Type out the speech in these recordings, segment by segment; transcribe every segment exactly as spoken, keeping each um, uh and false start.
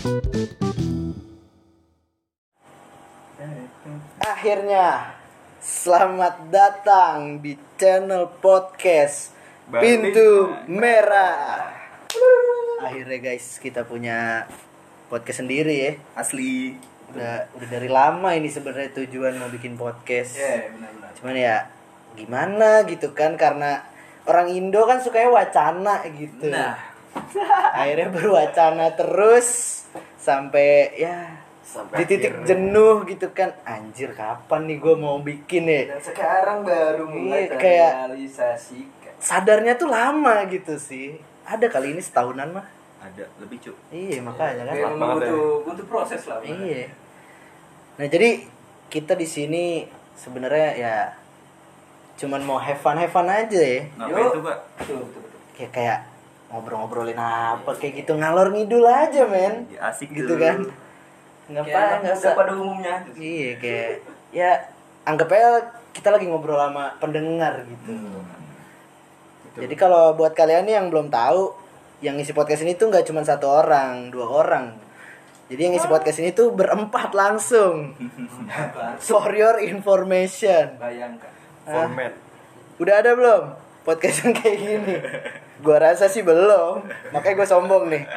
Akhirnya selamat datang di channel podcast Pintu Merah. Akhirnya guys kita punya podcast sendiri ya. Asli. Udah udah dari lama ini sebenarnya tujuan mau bikin podcast. Iya, yeah, benar-benar. Cuman ya gimana gitu kan, karena orang Indo kan sukanya wacana gitu. Nah, akhirnya berwacana terus sampai ya sampai di titik akhirnya. jenuh gitu kan. Anjir kapan nih gue mau bikin ya. Dan sekarang baru mulai Iya, kayak terrealisasikan. sadarnya tuh lama gitu sih. Ada kali ini setahunan mah. Ada lebih cuk. Iya makanya kan. Kayak memang butuh butuh proses lah. Bener. Iya. Nah jadi kita di sini sebenarnya ya cuman mau have fun have fun aja ya. Ngapain tuh, Pak? Betul, betul, betul. Kayak kayak ngobrol-ngobrolin apa kayak gitu, ngalor ngidul aja men. Ya, asik gitu tuh. kan. Ngapain enggak usah pada umumnya. Iya kayak ya anggap aja kita lagi ngobrol sama pendengar gitu. Hmm. Jadi kalau buat kalian nih yang belum tahu, yang ngisi podcast ini tuh nggak cuma satu orang, dua orang. Jadi yang ngisi podcast ini tuh berempat langsung. For your information. Bayangkan. Format. Udah ada belum podcast yang kayak gini? Gua rasa sih belum. Makanya gue sombong nih.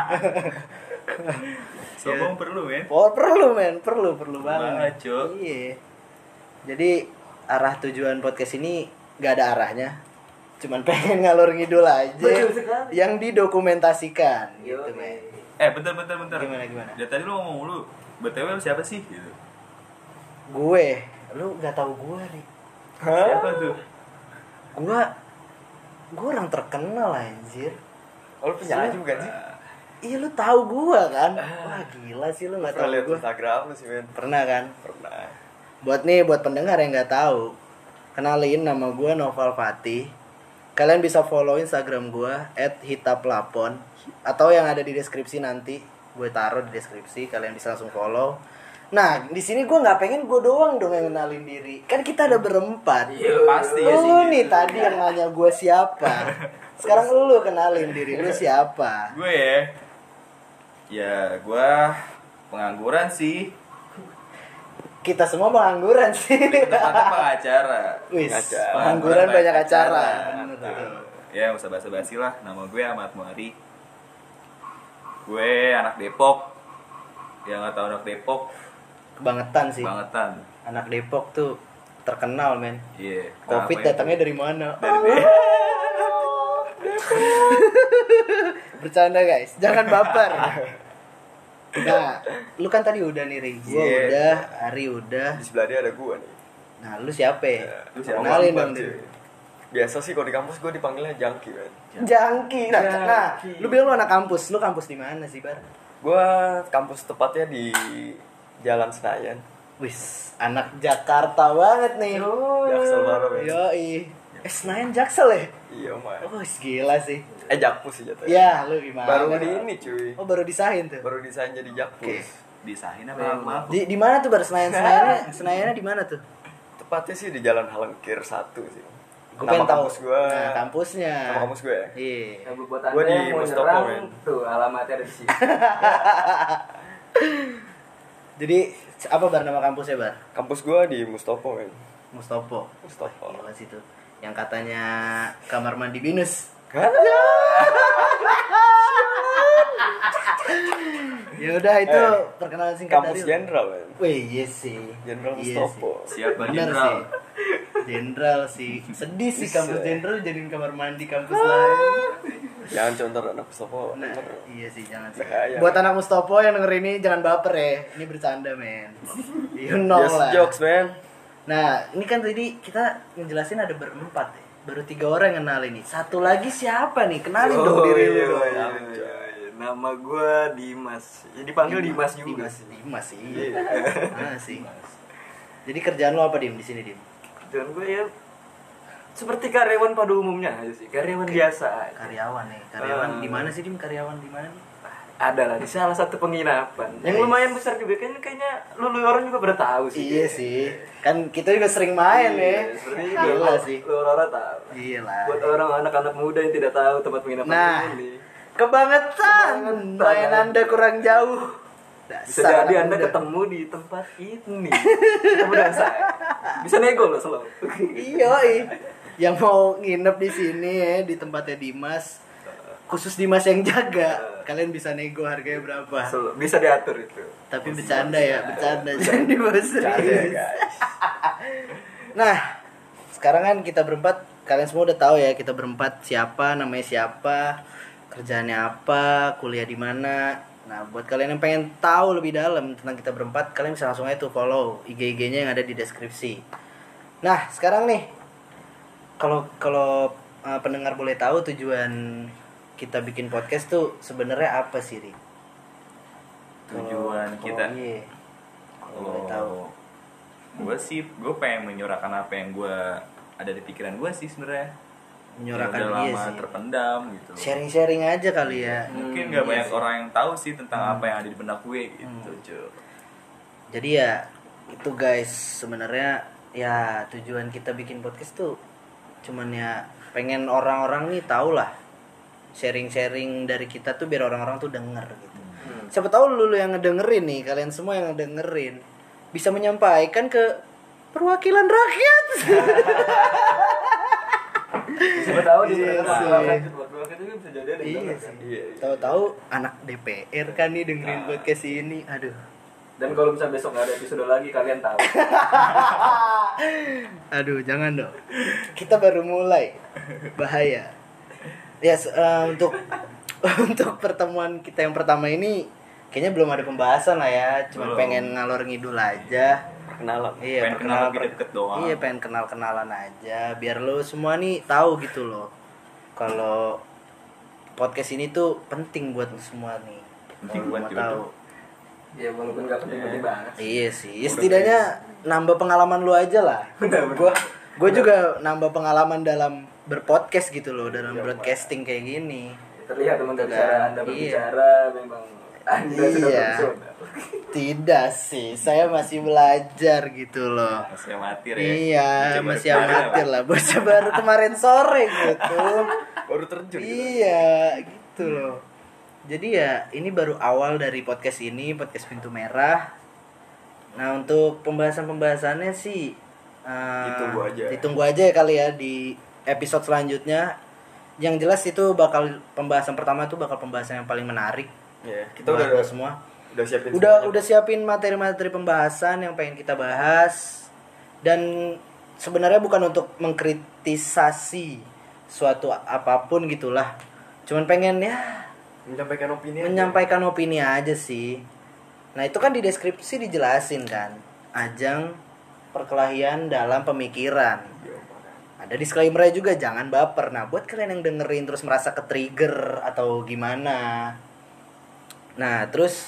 Sombong perlu, men. Oh perlu men, perlu perlu banget. Banget, Cuk. Iya. Jadi arah tujuan podcast ini nggak ada arahnya. Cuman pengen ngalor ngidul aja. Betul sekali. Yang didokumentasikan gitu Yo, men. Eh, bentar bentar bentar. Gimana gimana? Dari tadi lu ngomong lu, B T W lu siapa sih gitu? Gue, lu nggak tahu gue nih. Siapa tuh? Gue, gue orang terkenal anjir. Oh, lu penyanyi Siapa? bukan sih? Iya lu tahu gue kan? Wah gila sih lu nggak tahu Pernah liat gue. Instagram lu sih, men? Pernah kan? Pernah. Buat nih, buat pendengar yang nggak tahu, kenalin nama gue Noval Fatih. Kalian bisa follow Instagram gue et hitaplapon atau yang ada di deskripsi nanti gue taruh di deskripsi. Kalian bisa langsung follow. Nah, di sini gue nggak pengen gue doang dong yang kenalin diri. Kan kita ada berempat. Iya, pasti ya sih. Lu nih tadi yang nanya gue siapa. Sekarang lu kenalin diri lu siapa. Gue ya. Ya, gue pengangguran sih. Kita semua pengangguran sih. Tepatnya pengacara. Wis, Pengacara. pengangguran banyak acara. Bener, betul. Ya, usah basa-basi lah. Nama gue Ahmad Muari. Gue anak Depok. Yang nggak tahu anak Depok, Kebangetan sih. bangetan. Anak Depok tuh terkenal men. Iya. Covid Kenapa datangnya itu? dari mana? Dari Bercanda guys, jangan baper. Nah, lu kan tadi udah nih Ri. Gua Iya. udah, Ari udah. Di sebelah dia ada gua nih. Nah, lu siapa? Lu siapa? Kenalin Sama dong cuy. diri. Biasa sih kalau di kampus gua dipanggilnya Jangki, men. Jangki. Nah, Jangki. nah, lu bilang lu anak kampus. Lu kampus di mana sih, Bar? Gua kampus tepatnya di Jalan Senayan. Wis, anak Jakarta banget nih. Jaksel baru, men. Yoi. Eh, Senayan Jaksel ya? Iya, man. Oh, gila sih. Eh, Jakpus sih jatuhnya. Ya, lu gimana? Baru di ini, cuy. Oh, baru disahin tuh. Baru desain jadi Jakpus. Oke. Disahin apa maaf? Di di mana tuh Bar Senayan? Senayannya, Senayannya di mana tuh? Tepatnya sih di Jalan Halengkir satu sih. Gue Nama pengen tahu. kampus gua. Nah, kampusnya. Nama kampus gue ya? Iya. Nah, buat Gua Anda di yang mau Mustopo, nyerang, men. tuh alamatnya ada di sini. Jadi apa Bar nama kampusnya Bar? Kampus gua di Mustopo, men. Mustopo. Mustopo. Gila sih tuh. Yang katanya kamar mandi binus. Hah? Ya udah itu Eh, perkenalan singkat Kampus dari. Jenderal, men. Wih, iya sih. Jenderal Iya Mustopo. sih. Siapa Bener jenderal? sih. Jenderal sih. Sedih sih Bisa. kampus jenderal jadiin kamar mandi kampus lain. Jangan contoh anak Mustopo. Nah, iya sih jangan sih. Bahaya. Buat anak Mustopo yang denger ini jangan baper ya. Ini bercanda, men. You know Just lah. jokes, man. Nah, ini kan tadi kita ngejelasin ada berempat ya. Baru tiga orang yang kenal ini. Satu lagi siapa nih? Kenalin dong diri lu. iya, dong. iya, iya. Nama gue Dimas. Ya dipanggil Dimas, juga. Dimas, Dimas sih. Dimas sih. Jadi kerjaan lu apa Dim di sini Dim? Dan gue ya seperti karyawan pada umumnya aja sih. Karyawan biasa aja. Karyawan nih. Karyawan Ah. di mana sih Dim? Karyawan di mana nih? Ada lah di salah satu penginapan. Yang Nice. lumayan besar juga kan kayaknya lu, lu orang juga pada tahu sih. Iya sih. Kan kita juga sering main ya. Seperti Gila sih. Lu orang tahu. Iya lah. Buat orang anak-anak muda yang tidak tahu tempat penginapan Nah. ini. Kebangetan. Kebangetan. Main Anda kurang jauh. Bisa Dasar jadi anak Anda muda. ketemu di tempat ini. Kemudian saya bisa nego loh selalu. Iya, yang mau nginep di sini ya di tempatnya Dimas, khusus Dimas yang jaga, kalian bisa nego harganya berapa. Selalu. Bisa diatur itu. Tapi bercanda ya, bercanda jangan dibawa serius. Nah, sekarang kan kita berempat, kalian semua udah tahu ya kita berempat siapa, namanya siapa, kerjaannya apa, kuliah di mana. Nah, buat kalian yang pengen tahu lebih dalam tentang kita berempat, kalian bisa langsung aja tuh follow I G I G-nya yang ada di deskripsi. Nah, sekarang nih, kalau kalau uh, pendengar boleh tahu tujuan kita bikin podcast tuh sebenarnya apa sih, Ri? Tujuan Kalau- kita. kalau iya. Kalau boleh tahu. Gue sih, gue pengen menyuarakan apa yang gue ada di pikiran gue sih sebenarnya. Menyuarakan Yang udah iya lama sih. terpendam gitu. Sharing-sharing aja kali ya. Mungkin Hmm, gak iya banyak sih. orang yang tahu sih tentang apa yang ada di benak gue gitu, Hmm. cuy. Jadi ya itu guys, sebenarnya ya tujuan kita bikin podcast tuh cuman ya pengen orang-orang nih tahu lah, sharing-sharing dari kita tuh biar orang-orang tuh denger gitu. Hmm. Siapa tahu lu, lu yang ngedengerin nih, kalian semua yang ngedengerin bisa menyampaikan ke perwakilan rakyat. Siapa tahu di Iya sana sih. waktu waktu itu bisa jadi ada yang Iya denger sih. kan. Iya, iya. Tahu-tahu anak D P R kan nih dengerin podcast ini. Aduh. Dan kalau misalnya besok nggak ada episode lagi kalian tahu. Aduh, jangan dong. Kita baru mulai. Bahaya. Ya, yes, uh, untuk untuk pertemuan kita yang pertama ini kayaknya belum ada pembahasan lah ya. Cuma Belum. pengen ngalor ngidul aja. Perkenalan. Iya, Pengen kenal perkenalan- lebih deket doang. Iya, pengen kenal-kenalan aja biar lo semua nih tahu gitu loh. Kalau podcast ini tuh penting buat lo semua nih. Penting Kalau buat mau kita tahu. tuh. Ya walaupun nggak penting-penting banget. Iya sih, ya, setidaknya nambah pengalaman lu aja lah. Gue gue juga nambah pengalaman dalam berpodcast gitu loh, dalam broadcasting kayak gini. Terlihat teman dari Iya. cara Anda berbicara memang Anda sudah Iya. profesional. Tidak sih, saya masih belajar gitu loh. Masih amatir ya. Iya, Bocah masih baru kemarin amatir apa? lah. Bocah baru kemarin sore gitu. Baru terjun gitu. Iya, gitu loh. Jadi ya ini baru awal dari podcast ini, podcast Pintu Merah. Nah, untuk pembahasan-pembahasannya sih eh, Ditunggu aja. Ditunggu aja ya kali ya di episode selanjutnya. Yang jelas itu bakal pembahasan pertama itu bakal pembahasan yang paling menarik. Ya, kita buat udah lo semua. udah siapin Udah semuanya. udah siapin materi-materi pembahasan yang pengen kita bahas. Dan sebenarnya bukan untuk mengkritisasi suatu apapun gitulah. Cuman pengen ya menyampaikan opini aja. menyampaikan opini aja sih. Nah, itu kan di deskripsi dijelasin kan. Ajang perkelahian dalam pemikiran. Ada disclaimer juga, jangan baper. Nah, buat kalian yang dengerin terus merasa ke-trigger atau gimana. Nah, terus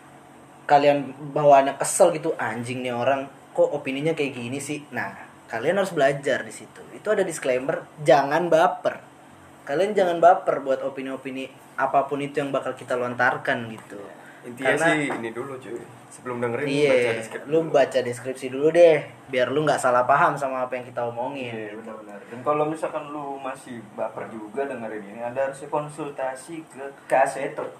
kalian bawaannya kesel gitu, anjing nih orang kok opininya kayak gini sih. Nah, kalian harus belajar di situ. Itu ada disclaimer, jangan baper. Kalian jangan baper buat opini-opini apapun itu yang bakal kita lontarkan gitu. Intinya Karena- sih ini dulu cuy. Sebelum dengerin baca Iya, deskripsi lu dulu. baca deskripsi dulu deh, biar lu nggak salah paham sama apa yang kita omongin. Iya benar-benar. Dan kalau misalkan lu masih baper juga dengerin ini, Anda harus konsultasi ke kaseter.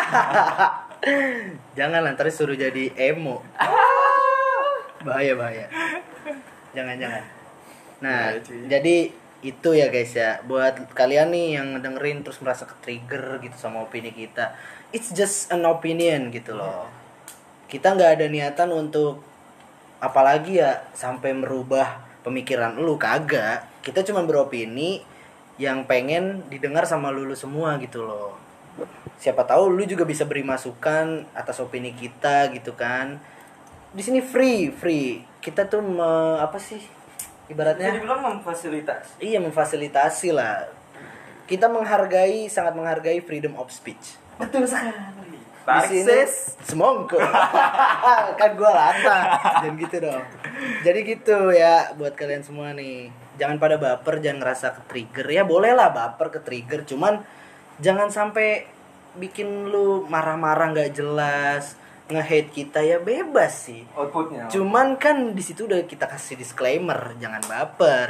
Jangan lah, ntar suruh jadi emo. Bahaya bahaya. Jangan jangan. Nah, Bahaya, cuy. jadi itu ya guys ya, buat kalian nih yang dengerin terus merasa ke-trigger gitu sama opini kita, it's just an opinion gitu loh. Kita nggak ada niatan untuk apalagi ya sampai merubah pemikiran lu, kagak. Kita cuma beropini yang pengen didengar sama lulu semua gitu loh. Siapa tahu lu juga bisa beri masukan atas opini kita gitu kan. Di sini free, free. Kita tuh me, apa sih? Bisa Ibaratnya dibilang memfasilitasi. iya, memfasilitasi lah. Kita menghargai, sangat menghargai freedom of speech. Betul sekali. Di Tarik sini sis. semongko. Kan gua lata. Jangan gitu dong. Jadi gitu ya buat kalian semua nih. Jangan pada baper, jangan ngerasa ke-trigger. Ya boleh lah baper, ke-trigger, cuman jangan sampai bikin lu marah-marah nggak jelas, nge-hate kita, ya bebas sih. Outputnya. Cuman kan di situ udah kita kasih disclaimer, jangan baper.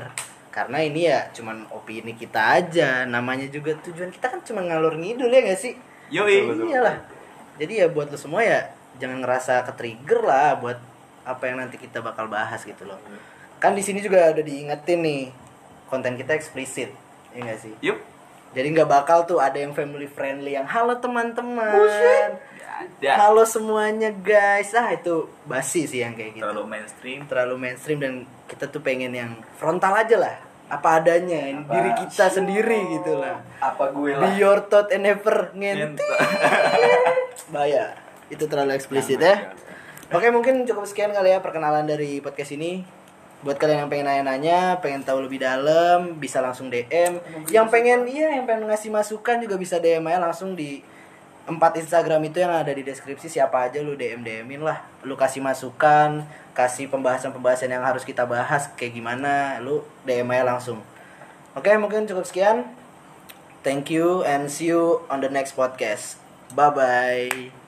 Karena ini ya cuman opini kita aja. Namanya juga tujuan kita kan cuma ngalur ngidul ya gak sih? Yoi. Iyalah. Jadi ya buat lo semua ya jangan ngerasa ke-trigger lah buat apa yang nanti kita bakal bahas gitu loh. Kan di sini juga udah diingetin nih, konten kita eksplisit. Ya gak sih? Yup. Jadi nggak bakal tuh ada yang family friendly yang halo teman-teman. Ada. Halo semuanya guys. Ah itu basi sih yang kayak gitu. Terlalu mainstream. Terlalu mainstream dan kita tuh pengen yang frontal aja lah. Apa adanya, yang Apa? diri kita sendiri gitu lah. Apa gue Be lah. your thought and never ngenti. Bahaya. Itu terlalu eksplisit ya. Oke, mungkin cukup sekian kali ya perkenalan dari podcast ini. Buat kalian yang pengen nanya-nanya, pengen tahu lebih dalam, bisa langsung D M. Yang pengen iya, yang pengen ngasih masukan juga bisa D M aja langsung di empat Instagram itu yang ada di deskripsi. Siapa aja lu D M D M-in lah. Lu kasih masukan, kasih pembahasan-pembahasan yang harus kita bahas kayak gimana, lu D M aja langsung. Oke, mungkin cukup sekian. Thank you and see you on the next podcast. Bye bye.